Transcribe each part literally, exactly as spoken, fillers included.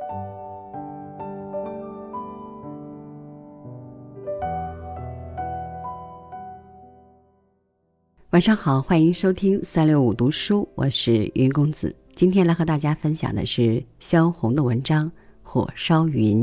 晚上好，欢迎收听三六五读书，我是云公子。今天来和大家分享的是萧红的文章《火烧云》。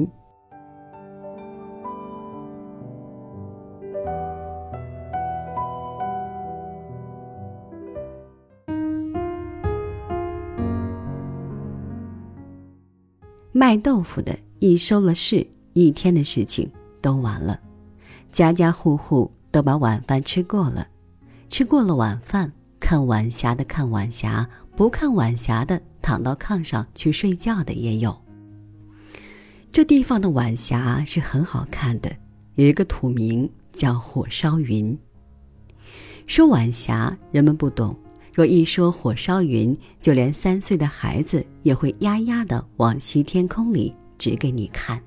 卖豆腐的一收了市，一天的事情都完了，家家户户都把晚饭吃过了，吃过了晚饭，看晚霞的看晚霞，不看晚霞的躺到炕上去睡觉的也有。这地方的晚霞是很好看的，有一个土名叫火烧云。说晚霞人们不懂，若一说火烧云，就连三岁的孩子也会呀呀地往西天空里指给你看。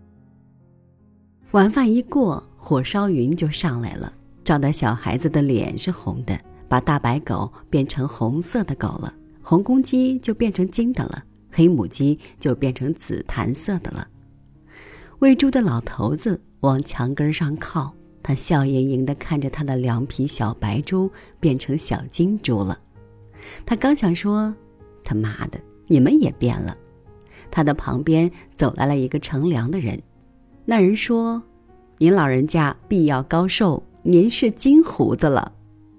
晚饭一过，火烧云就上来了，照得小孩子的脸是红的，把大白狗变成红色的狗了，红公鸡就变成金的了，黑母鸡就变成紫檀色的了。喂猪的老头子往墙根上靠，他笑盈盈地看着他的两匹小白猪变成小金猪了。他刚想说，他妈的，你们也变了。他的旁边走来了一个乘凉的人，那人说，您老人家必要高寿，您是金胡子了。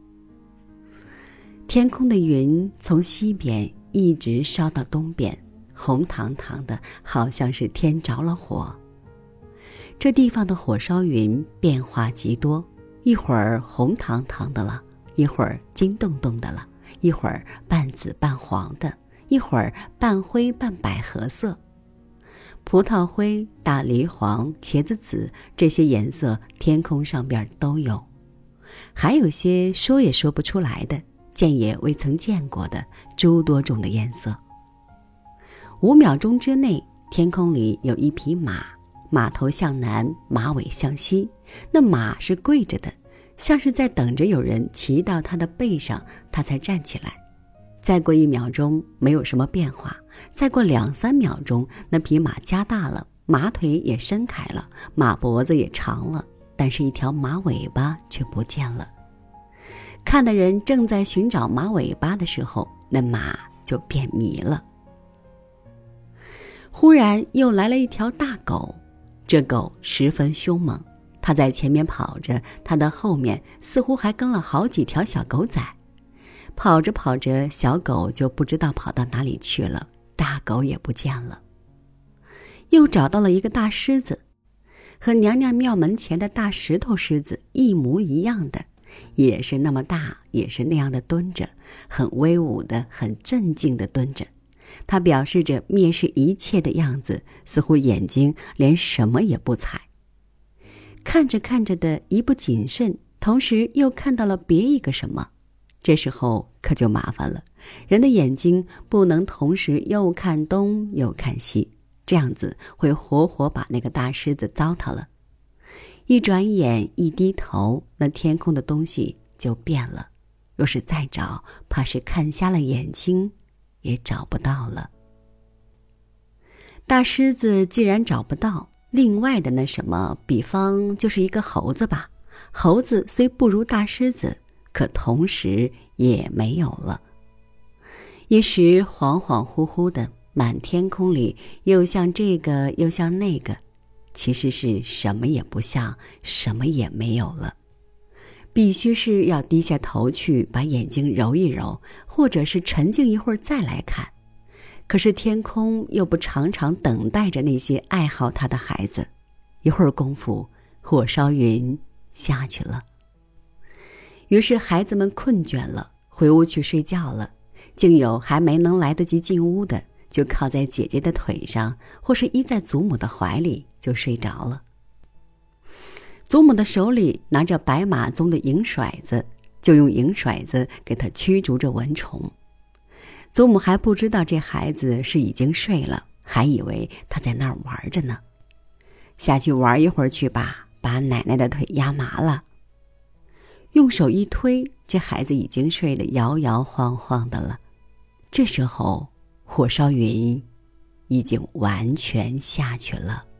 天空的云从西边一直烧到东边，红堂堂的，好像是天着了火。这地方的火烧云变化极多，一会儿红堂堂的了，一会儿金洞洞的了，一会儿半紫半黄的，一会儿半灰半百合色。葡萄灰、大梨黄、茄子紫，这些颜色天空上边都有，还有些说也说不出来的，见也未曾见过的诸多种的颜色。五秒钟之内，天空里有一匹马，马头向南，马尾向西，那马是跪着的，像是在等着有人骑到它的背上，它才站起来。再过一秒钟，没有什么变化，再过两三秒钟，那匹马加大了，马腿也伸开了，马脖子也长了，但是一条马尾巴却不见了。看的人正在寻找马尾巴的时候，那马就变迷了。忽然又来了一条大狗，这狗十分凶猛，它在前面跑着，它的后面似乎还跟了好几条小狗仔。跑着跑着，小狗就不知道跑到哪里去了，大狗也不见了。又找到了一个大狮子，和娘娘庙门前的大石头狮子一模一样的，也是那么大，也是那样的蹲着，很威武的，很镇静的蹲着。它表示着蔑视一切的样子，似乎眼睛连什么也不睬。看着看着的一不谨慎，同时又看到了别一个什么，这时候可就麻烦了，人的眼睛不能同时又看东又看西，这样子会活活把那个大狮子糟蹋了。一转眼一低头，那天空的东西就变了，若是再找，怕是看瞎了眼睛也找不到了。大狮子既然找不到，另外的那什么，比方就是一个猴子吧，猴子虽不如大狮子，可同时也没有了。一时恍恍惚惚的，满天空里又像这个又像那个，其实是什么也不像，什么也没有了。必须是要低下头去把眼睛揉一揉，或者是沉静一会儿再来看。可是天空又不常常等待着那些爱好它的孩子，一会儿功夫，火烧云下去了。于是孩子们困倦了，回屋去睡觉了，竟有还没能来得及进屋的，就靠在姐姐的腿上，或是依在祖母的怀里就睡着了。祖母的手里拿着白马鬃的银骰子，就用银骰子给他驱逐着蚊虫。祖母还不知道这孩子是已经睡了，还以为他在那儿玩着呢。下去玩一会儿去吧，把奶奶的腿压麻了。用手一推，这孩子已经睡得摇摇晃晃的了。这时候火烧云已经完全下去了。